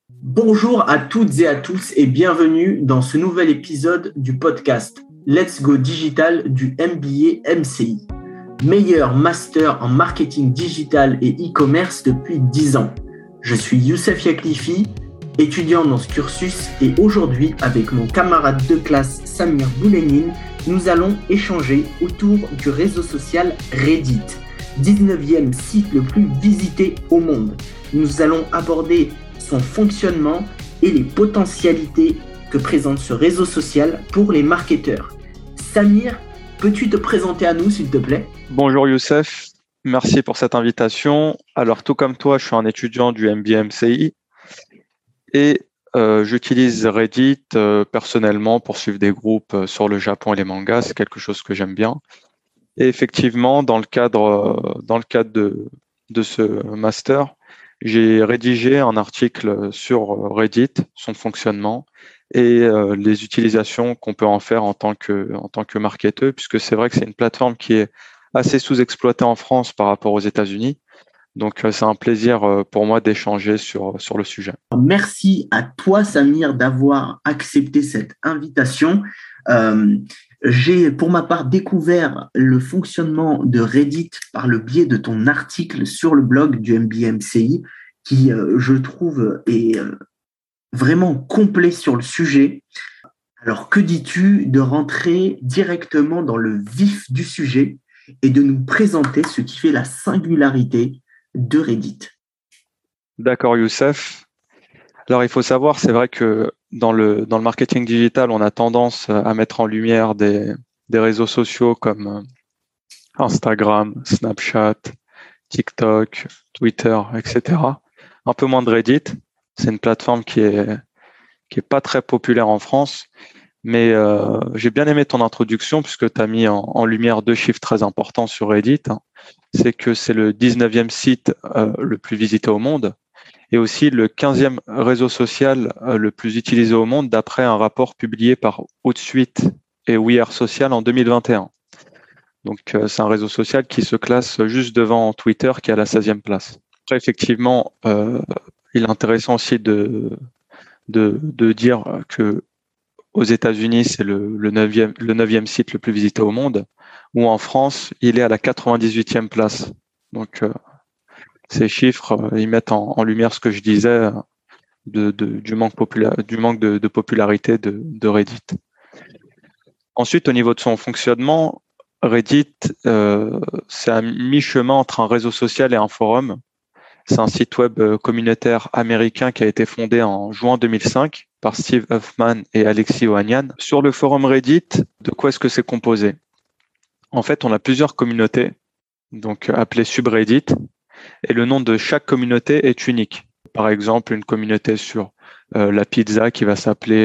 Bonjour à toutes et à tous et bienvenue dans ce nouvel épisode du podcast Let's Go Digital du MBA MCI, meilleur master en marketing digital et e-commerce depuis 10 ans. Je suis Youssef Yaklifi, étudiant dans ce cursus et aujourd'hui avec mon camarade de classe Samir Boulenine, nous allons échanger autour du réseau social Reddit, 19e site le plus visité au monde. Nous allons aborder son fonctionnement et les potentialités que présente ce réseau social pour les marketeurs. Samir, peux-tu te présenter à nous, s'il te plaît? Bonjour Youssef, merci pour cette invitation. Alors, tout comme toi, je suis un étudiant du MBA MCI et j'utilise Reddit personnellement pour suivre des groupes sur le Japon et les mangas. C'est quelque chose que j'aime bien. Et effectivement, dans le cadre de ce master, j'ai rédigé un article sur Reddit, son fonctionnement et les utilisations qu'on peut en faire en tant que marketeur, puisque c'est vrai que c'est une plateforme qui est assez sous-exploitée en France par rapport aux États-Unis. Donc, c'est un plaisir pour moi d'échanger sur le sujet. Merci à toi, Samir, d'avoir accepté cette invitation. J'ai, pour ma part, découvert le fonctionnement de Reddit par le biais de ton article sur le blog du MBMCI, qui, je trouve, est vraiment complet sur le sujet. Alors, que dis-tu de rentrer directement dans le vif du sujet et de nous présenter ce qui fait la singularité de Reddit? D'accord, Youssef. Alors, il faut savoir, c'est vrai que dans le marketing digital, on a tendance à mettre en lumière des réseaux sociaux comme Instagram, Snapchat, TikTok, Twitter, etc. Un peu moins de Reddit. C'est une plateforme qui est pas très populaire en France, mais j'ai bien aimé ton introduction puisque tu as mis en lumière deux chiffres très importants sur Reddit. C'est que c'est le 19e site le plus visité au monde et aussi le 15e réseau social le plus utilisé au monde d'après un rapport publié par Hootsuite et We Are Social en 2021. Donc, c'est un réseau social qui se classe juste devant Twitter qui est à la 16e place. Après, effectivement, il est intéressant aussi de dire que aux États-Unis, c'est le 9e site le plus visité au monde, ou en France, il est à la 98e place. Donc, ces chiffres, ils mettent en lumière ce que je disais du manque de popularité de Reddit. Ensuite, au niveau de son fonctionnement, Reddit, c'est à mi-chemin entre un réseau social et un forum. C'est un site web communautaire américain qui a été fondé en juin 2005 par Steve Huffman et Alexis Ohanian. Sur le forum Reddit, de quoi est-ce que c'est composé? En fait, on a plusieurs communautés, donc appelées subreddit, et le nom de chaque communauté est unique. Par exemple, une communauté sur la pizza qui va s'appeler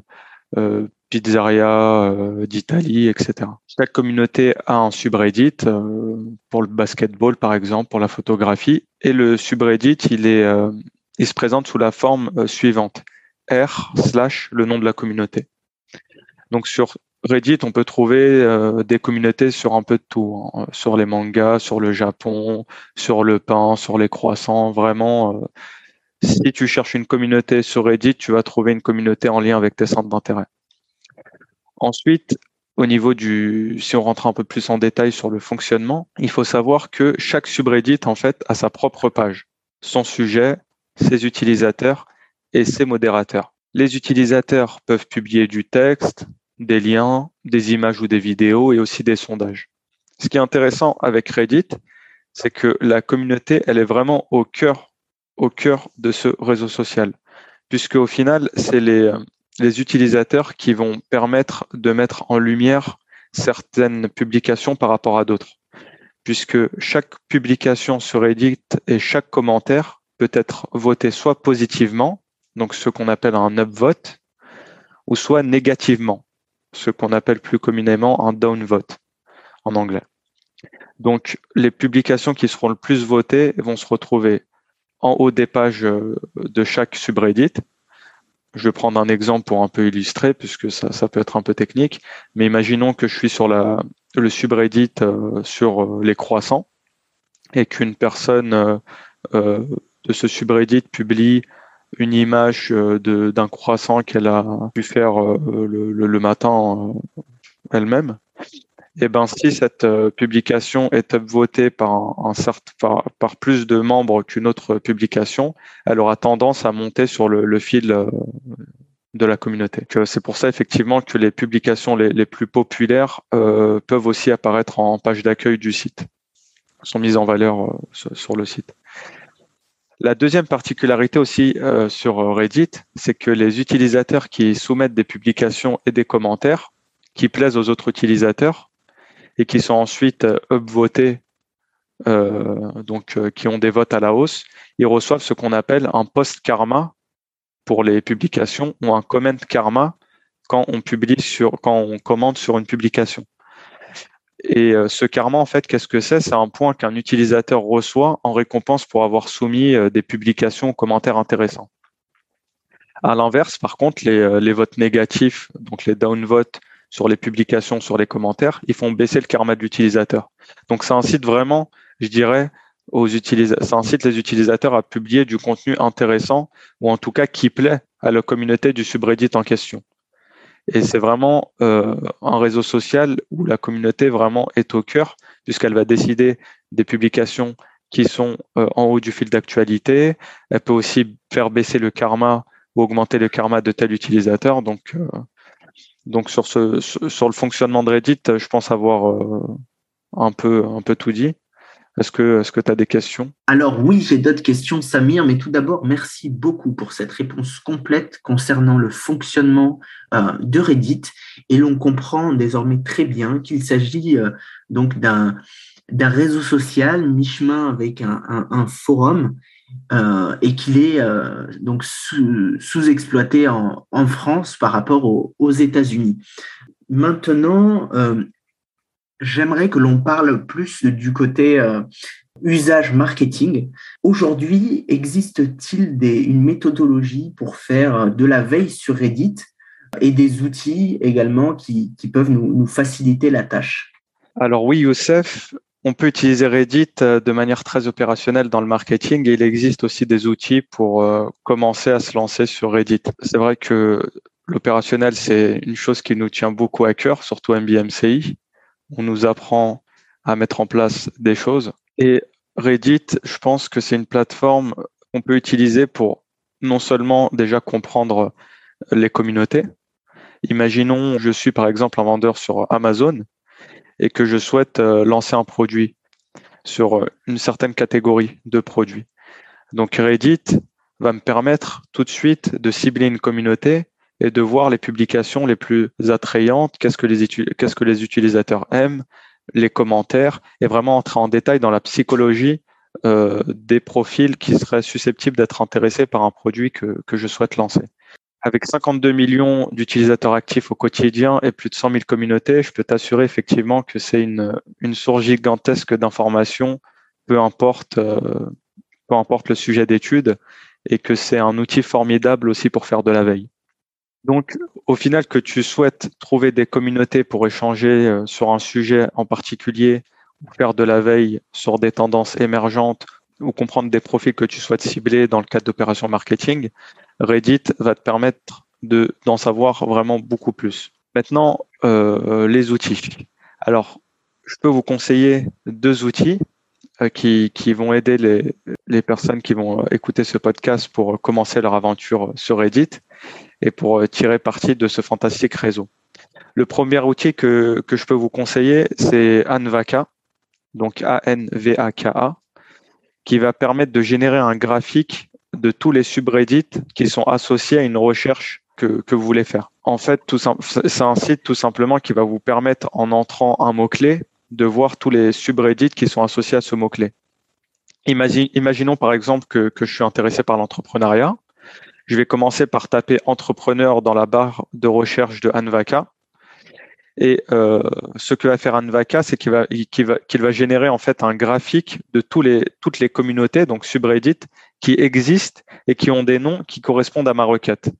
Pizzeria d'Italie, etc. Chaque communauté a un subreddit pour le basketball, par exemple, pour la photographie. Et le subreddit, il se présente sous la forme suivante, r/ le nom de la communauté. Donc sur Reddit, on peut trouver des communautés sur un peu de tout, hein, sur les mangas, sur le Japon, sur le pain, sur les croissants. Vraiment, si tu cherches une communauté sur Reddit, tu vas trouver une communauté en lien avec tes centres d'intérêt. Ensuite, au niveau si on rentre un peu plus en détail sur le fonctionnement, il faut savoir que chaque subreddit, en fait, a sa propre page, son sujet, ses utilisateurs et ses modérateurs. Les utilisateurs peuvent publier du texte, des liens, des images ou des vidéos et aussi des sondages. Ce qui est intéressant avec Reddit, c'est que la communauté, elle est vraiment au cœur de ce réseau social, puisque au final, c'est les utilisateurs qui vont permettre de mettre en lumière certaines publications par rapport à d'autres, puisque chaque publication sur Reddit et chaque commentaire peut être voté soit positivement, donc ce qu'on appelle un upvote, ou soit négativement, ce qu'on appelle plus communément un downvote en anglais. Donc, les publications qui seront le plus votées vont se retrouver en haut des pages de chaque subreddit. Je vais prendre un exemple pour un peu illustrer, puisque ça peut être un peu technique, mais imaginons que je suis sur le subreddit sur les croissants et qu'une personne de ce subreddit publie une image d'un croissant qu'elle a pu faire le matin elle-même. Et ben si cette publication est upvotée par plus de membres qu'une autre publication, elle aura tendance à monter sur le fil de la communauté. C'est pour ça effectivement que les publications les plus populaires peuvent aussi apparaître en page d'accueil du site, sont mises en valeur sur le site. La deuxième particularité aussi sur Reddit, c'est que les utilisateurs qui soumettent des publications et des commentaires qui plaisent aux autres utilisateurs et qui sont ensuite upvotés, qui ont des votes à la hausse, ils reçoivent ce qu'on appelle un post karma pour les publications ou un comment karma quand on commente sur une publication. Et ce karma, en fait, qu'est-ce que c'est ? C'est un point qu'un utilisateur reçoit en récompense pour avoir soumis des publications ou commentaires intéressants. À l'inverse, par contre, les votes négatifs, donc les downvotes sur les publications, sur les commentaires, ils font baisser le karma de l'utilisateur. Donc, ça incite vraiment, je dirais, ça incite les utilisateurs à publier du contenu intéressant ou en tout cas qui plaît à la communauté du subreddit en question. Et c'est vraiment un réseau social où la communauté vraiment est au cœur, puisqu'elle va décider des publications qui sont en haut du fil d'actualité. Elle peut aussi faire baisser le karma ou augmenter le karma de tel utilisateur. Donc sur le fonctionnement de Reddit, je pense avoir un peu tout dit. Est-ce que tu as des questions ? Alors oui, j'ai d'autres questions, Samir, mais tout d'abord, merci beaucoup pour cette réponse complète concernant le fonctionnement de Reddit. Et l'on comprend désormais très bien qu'il s'agit donc d'un réseau social mi-chemin avec un forum et qu'il est donc sous-exploité en France par rapport aux États-Unis. Maintenant, j'aimerais que l'on parle plus du côté usage marketing. Aujourd'hui, existe-t-il une méthodologie pour faire de la veille sur Reddit et des outils également qui peuvent nous faciliter la tâche ? Alors oui, Youssef, on peut utiliser Reddit de manière très opérationnelle dans le marketing et il existe aussi des outils pour commencer à se lancer sur Reddit. C'est vrai que l'opérationnel, c'est une chose qui nous tient beaucoup à cœur, surtout MBMCI. On nous apprend à mettre en place des choses. Et Reddit, je pense que c'est une plateforme qu'on peut utiliser pour non seulement déjà comprendre les communautés. Imaginons, je suis par exemple un vendeur sur Amazon et que je souhaite lancer un produit sur une certaine catégorie de produits. Donc Reddit va me permettre tout de suite de cibler une communauté et de voir les publications les plus attrayantes, qu'est-ce que les utilisateurs aiment, les commentaires, et vraiment entrer en détail dans la psychologie des profils qui seraient susceptibles d'être intéressés par un produit que je souhaite lancer. Avec 52 millions d'utilisateurs actifs au quotidien et plus de 100 000 communautés, je peux t'assurer effectivement que c'est une source gigantesque d'informations, peu importe le sujet d'étude, et que c'est un outil formidable aussi pour faire de la veille. Donc, au final, que tu souhaites trouver des communautés pour échanger sur un sujet en particulier, ou faire de la veille sur des tendances émergentes, ou comprendre des profils que tu souhaites cibler dans le cadre d'opérations marketing, Reddit va te permettre d'en savoir vraiment beaucoup plus. Maintenant, les outils. Alors, je peux vous conseiller 2 outils qui vont aider les personnes qui vont écouter ce podcast pour commencer leur aventure sur Reddit et pour tirer parti de ce fantastique réseau. Le premier outil que je peux vous conseiller, c'est Anvaka, donc ANVAKA, qui va permettre de générer un graphique de tous les subreddits qui sont associés à une recherche que vous voulez faire. En fait, c'est un site tout simplement qui va vous permettre, en entrant un mot-clé, de voir tous les subreddits qui sont associés à ce mot-clé. Imaginons par exemple que je suis intéressé par l'entrepreneuriat. Je vais commencer par taper entrepreneur dans la barre de recherche de Anvaka. Et ce que va faire Anvaka, c'est qu'il va générer en fait un graphique de toutes les communautés, donc subreddits, qui existent et qui ont des noms qui correspondent à ma requête.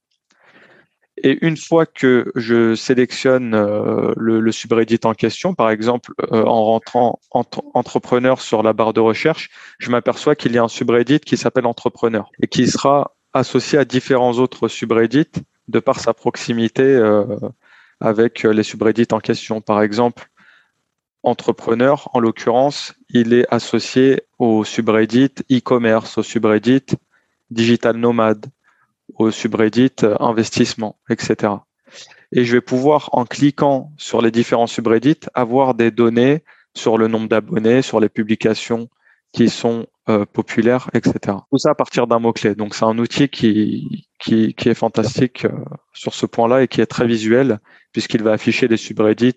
Et une fois que je sélectionne le subreddit en question, par exemple en rentrant entrepreneur sur la barre de recherche, je m'aperçois qu'il y a un subreddit qui s'appelle entrepreneur et qui sera associé à différents autres subreddits de par sa proximité avec les subreddits en question. Par exemple, entrepreneur, en l'occurrence, il est associé au subreddit e-commerce, au subreddit digital nomade, au subreddit investissement, etc. Et je vais pouvoir, en cliquant sur les différents subreddits, avoir des données sur le nombre d'abonnés, sur les publications qui sont populaires, etc. Tout ça à partir d'un mot-clé. Donc, c'est un outil qui est fantastique sur ce point-là et qui est très visuel puisqu'il va afficher les subreddits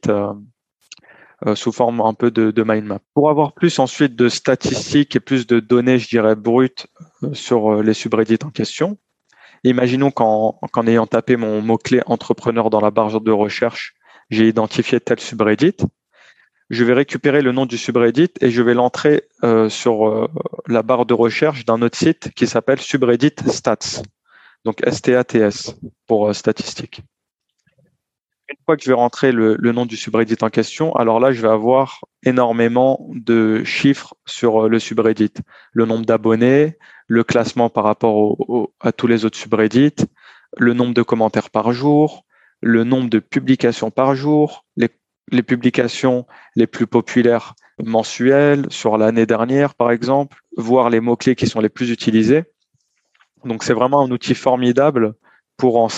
sous forme un peu de mind map. Pour avoir plus ensuite de statistiques et plus de données, je dirais, brutes sur les subreddits en question, imaginons qu'en ayant tapé mon mot-clé entrepreneur dans la barre de recherche, j'ai identifié tel subreddit. Je vais récupérer le nom du subreddit et je vais l'entrer sur la barre de recherche d'un autre site qui s'appelle subreddit stats, donc STATS pour statistiques. Une fois que je vais rentrer le nom du subreddit en question, alors là, je vais avoir énormément de chiffres sur le subreddit. Le nombre d'abonnés, le classement par rapport à tous les autres subreddits, le nombre de commentaires par jour, le nombre de publications par jour, les publications les plus populaires mensuelles sur l'année dernière, par exemple, voir les mots-clés qui sont les plus utilisés. Donc, c'est vraiment un outil formidable pour en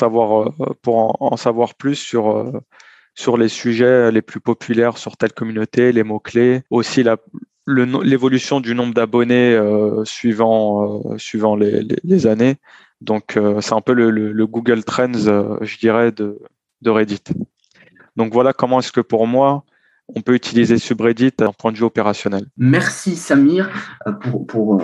savoir plus sur les sujets les plus populaires sur telle communauté, les mots-clés, aussi l'évolution du nombre d'abonnés suivant les années. Donc, c'est un peu le Google Trends, je dirais, de Reddit. Donc, voilà comment est-ce que pour moi, on peut utiliser Subreddit d'un point de vue opérationnel. Merci Samir pour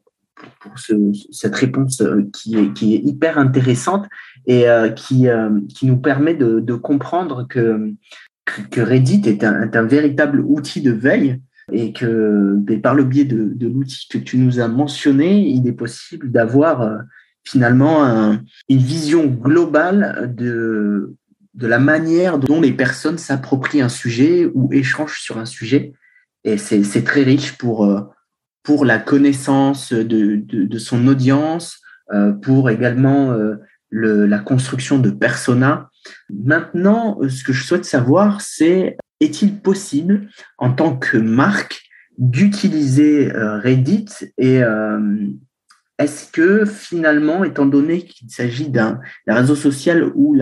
cette réponse qui est hyper intéressante et qui nous permet de comprendre que Reddit est un véritable outil de veille et que par le biais de l'outil que tu nous as mentionné, il est possible d'avoir finalement une vision globale de la manière dont les personnes s'approprient un sujet ou échangent sur un sujet. Et c'est très riche pour la connaissance de son audience, pour également la construction de personas. Maintenant, ce que je souhaite savoir, c'est est-il possible, en tant que marque, d'utiliser Reddit et est-ce que finalement, étant donné qu'il s'agit d'un réseau social où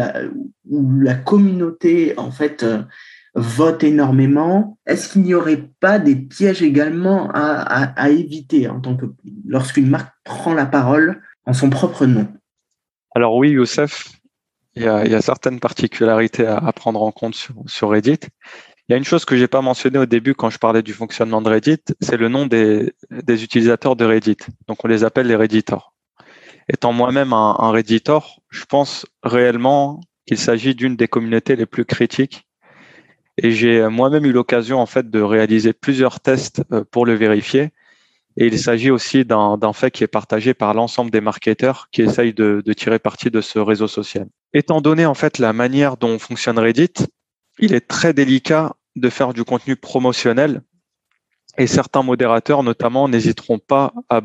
la communauté en fait vote énormément, est-ce qu'il n'y aurait pas des pièges également à éviter lorsqu'une marque prend la parole en son propre nom? Alors oui, Youssef, il y a certaines particularités à prendre en compte sur Reddit. Il y a une chose que j'ai pas mentionnée au début quand je parlais du fonctionnement de Reddit, c'est le nom des utilisateurs de Reddit. Donc, on les appelle les Redditors. Étant moi-même un Redditor, je pense réellement qu'il s'agit d'une des communautés les plus critiques. Et j'ai moi-même eu l'occasion, en fait, de réaliser plusieurs tests pour le vérifier. Et il s'agit aussi d'un fait qui est partagé par l'ensemble des marketeurs qui essayent de tirer parti de ce réseau social. Étant donné, en fait, la manière dont fonctionne Reddit, il est très délicat de faire du contenu promotionnel et certains modérateurs, notamment, n'hésiteront pas à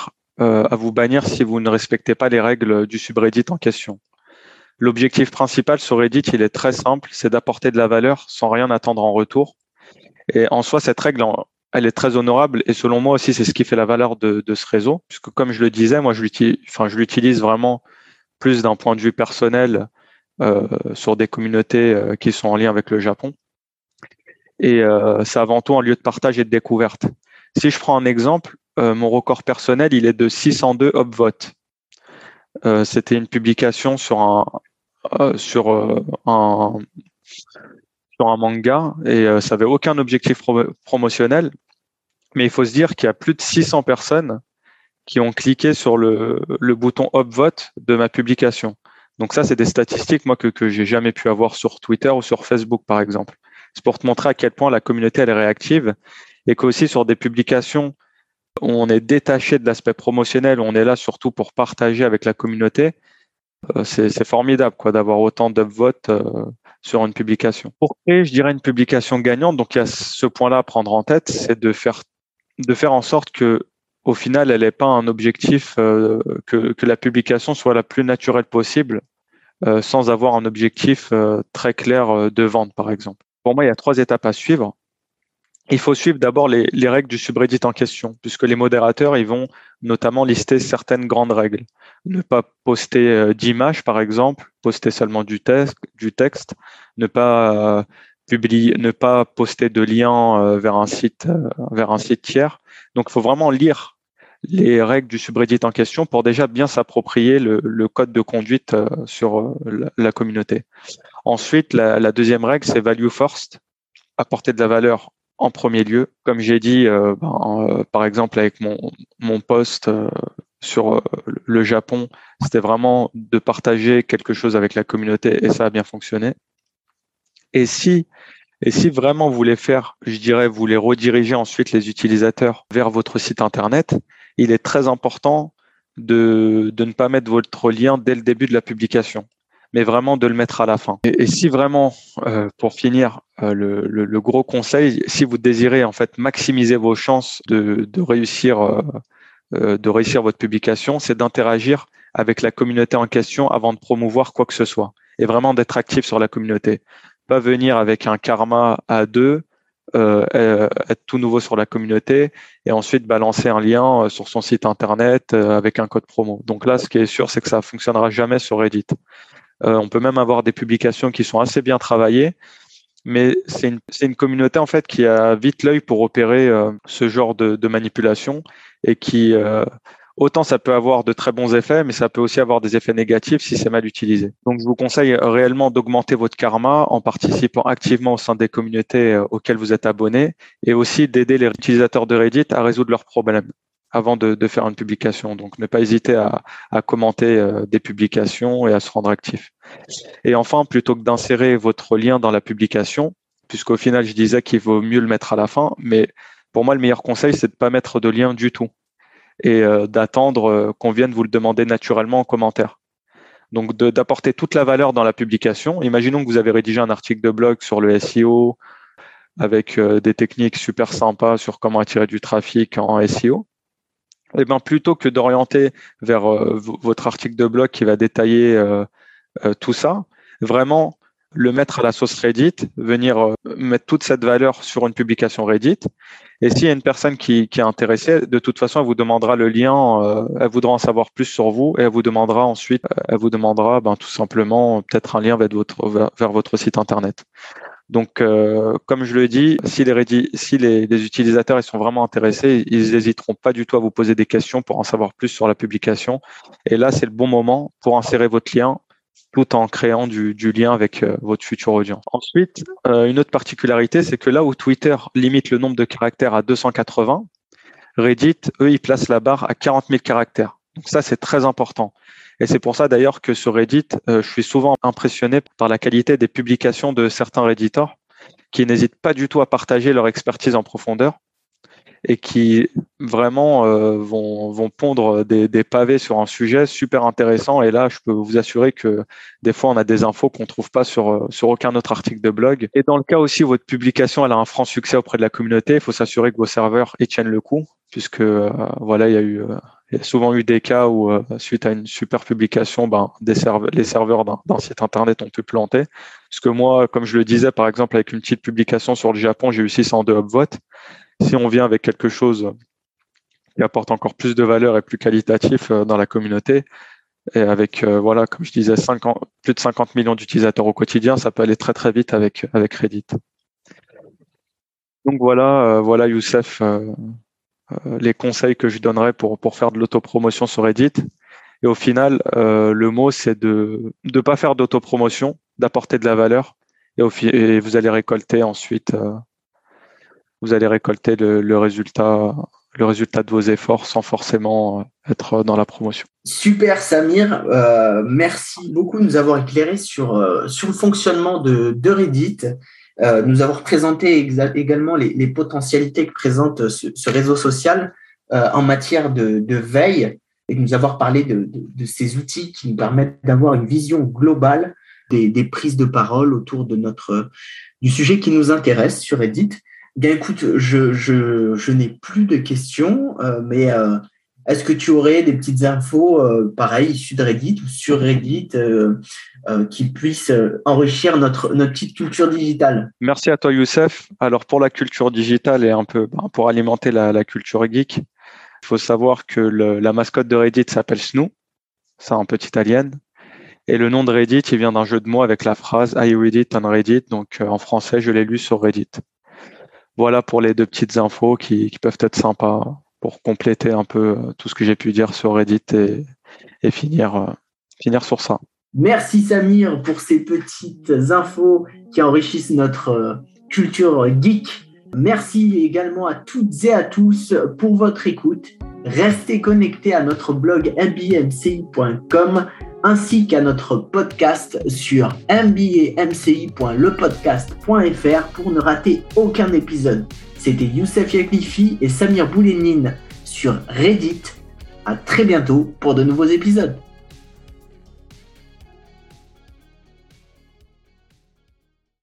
vous bannir si vous ne respectez pas les règles du subreddit en question. L'objectif principal sur Reddit, il est très simple, c'est d'apporter de la valeur sans rien attendre en retour. Et en soi, cette règle, elle est très honorable et selon moi aussi, c'est ce qui fait la valeur de ce réseau, puisque comme je le disais, moi, je l'utilise vraiment plus d'un point de vue personnel sur des communautés qui sont en lien avec le Japon. Et c'est avant tout un lieu de partage et de découverte. Si je prends un exemple, mon record personnel, il est de 602 upvotes. C'était une publication sur un manga et ça n'avait aucun objectif promotionnel. Mais il faut se dire qu'il y a plus de 600 personnes qui ont cliqué sur le bouton upvote de ma publication. Donc ça, c'est des statistiques moi que j'ai jamais pu avoir sur Twitter ou sur Facebook, par exemple. C'est pour te montrer à quel point la communauté elle est réactive et qu'aussi sur des publications où on est détaché de l'aspect promotionnel, où on est là surtout pour partager avec la communauté, c'est formidable quoi d'avoir autant d'upvotes sur une publication. Pour créer, je dirais, une publication gagnante, donc il y a ce point-là à prendre en tête, c'est de faire en sorte que au final, elle n'est pas un objectif que la publication soit la plus naturelle possible, sans avoir un objectif très clair de vente, par exemple. Pour moi, il y a 3 étapes à suivre. Il faut suivre d'abord les règles du subreddit en question, puisque les modérateurs, ils vont notamment lister certaines grandes règles. Ne pas poster d'images, par exemple, poster seulement du texte, ne pas ne pas poster de liens vers un site tiers. Donc, il faut vraiment lire les règles du subreddit en question pour déjà bien s'approprier le code de conduite sur la communauté. Ensuite, la deuxième règle, c'est value first, apporter de la valeur en premier lieu. Comme j'ai dit, par exemple, avec mon post sur le Japon, c'était vraiment de partager quelque chose avec la communauté et ça a bien fonctionné. Et si vraiment vous voulez faire, je dirais, vous voulez rediriger ensuite les utilisateurs vers votre site Internet, il est très important de ne pas mettre votre lien dès le début de la publication, mais vraiment de le mettre à la fin. Et si vraiment, pour finir, le gros conseil, si vous désirez en fait maximiser vos chances de réussir votre publication, c'est d'interagir avec la communauté en question avant de promouvoir quoi que ce soit, et vraiment d'être actif sur la communauté. Pas venir avec un karma à 2, être tout nouveau sur la communauté et ensuite balancer un lien sur son site internet avec un code promo. Donc là, ce qui est sûr, c'est que ça fonctionnera jamais sur Reddit. On peut même avoir des publications qui sont assez bien travaillées, mais c'est une communauté en fait qui a vite l'œil pour opérer ce genre de manipulation et qui autant ça peut avoir de très bons effets, mais ça peut aussi avoir des effets négatifs si c'est mal utilisé. Donc, je vous conseille réellement d'augmenter votre karma en participant activement au sein des communautés auxquelles vous êtes abonné et aussi d'aider les utilisateurs de Reddit à résoudre leurs problèmes avant de faire une publication. Donc, ne pas hésiter à commenter des publications et à se rendre actif. Et enfin, plutôt que d'insérer votre lien dans la publication, puisqu'au final, je disais qu'il vaut mieux le mettre à la fin, mais pour moi, le meilleur conseil, c'est de ne pas mettre de lien du tout et d'attendre qu'on vienne vous le demander naturellement en commentaire. Donc, d'apporter toute la valeur dans la publication. Imaginons que vous avez rédigé un article de blog sur le SEO avec des techniques super sympas sur comment attirer du trafic en SEO. Et bien, plutôt que d'orienter vers votre article de blog qui va détailler tout ça, vraiment le mettre à la sauce Reddit, venir mettre toute cette valeur sur une publication Reddit. Et s'il y a une personne qui est intéressée, de toute façon, elle vous demandera le lien, elle voudra en savoir plus sur vous et elle vous demandera ensuite, tout simplement peut-être un lien vers votre site internet. Donc, comme je le dis, si les utilisateurs ils sont vraiment intéressés, ils n'hésiteront pas du tout à vous poser des questions pour en savoir plus sur la publication. Et là, c'est le bon moment pour insérer votre lien tout en créant du lien avec votre future audience. Ensuite, une autre particularité, c'est que là où Twitter limite le nombre de caractères à 280, Reddit, eux, ils placent la barre à 40 000 caractères. Donc ça, c'est très important. Et c'est pour ça d'ailleurs que sur Reddit, je suis souvent impressionné par la qualité des publications de certains Redditors qui n'hésitent pas du tout à partager leur expertise en profondeur et qui vraiment vont pondre des pavés sur un sujet super intéressant. Et là, je peux vous assurer que des fois, on a des infos qu'on ne trouve pas sur aucun autre article de blog. Et dans le cas aussi où votre publication elle a un franc succès auprès de la communauté, il faut s'assurer que vos serveurs y tiennent le coup, puisque il y a souvent eu des cas où, suite à une super publication, les serveurs d'un site internet ont pu planter. Parce que moi, comme je le disais, par exemple, avec une petite publication sur le Japon, j'ai eu 602 upvotes. Si on vient avec quelque chose qui apporte encore plus de valeur et plus qualitatif dans la communauté, et avec, comme je disais, plus de 50 millions d'utilisateurs au quotidien, ça peut aller très, très vite avec Reddit. Donc voilà Youssef, les conseils que je donnerais pour faire de l'autopromotion sur Reddit. Et au final, le mot, c'est de ne pas faire d'autopromotion, d'apporter de la valeur. Et vous allez récolter ensuite... vous allez récolter le résultat de vos efforts sans forcément être dans la promotion. Super Samir, merci beaucoup de nous avoir éclairé sur le fonctionnement de Reddit, nous avoir présenté également les potentialités que présente ce réseau social en matière de veille et de nous avoir parlé de ces outils qui nous permettent d'avoir une vision globale des prises de parole autour du sujet qui nous intéresse sur Reddit. Bien, écoute, je n'ai plus de questions, mais est-ce que tu aurais des petites infos, pareil, issues de Reddit ou sur Reddit, qui puissent enrichir notre petite culture digitale? Merci à toi, Youssef. Alors, pour la culture digitale et un peu pour alimenter la culture geek, il faut savoir que la mascotte de Reddit s'appelle Snoo. C'est un peu italienne. Et le nom de Reddit, il vient d'un jeu de mots avec la phrase I read it on Reddit. Donc, en français, je l'ai lu sur Reddit. Voilà pour les deux petites infos qui peuvent être sympas pour compléter un peu tout ce que j'ai pu dire sur Reddit et finir sur ça. Merci Samir pour ces petites infos qui enrichissent notre culture geek. Merci également à toutes et à tous pour votre écoute. Restez connectés à notre blog mbamci.com ainsi qu'à notre podcast sur mbamci.lepodcast.fr pour ne rater aucun épisode. C'était Youssef Yaklifi et Samir Boulénine sur Reddit. À très bientôt pour de nouveaux épisodes.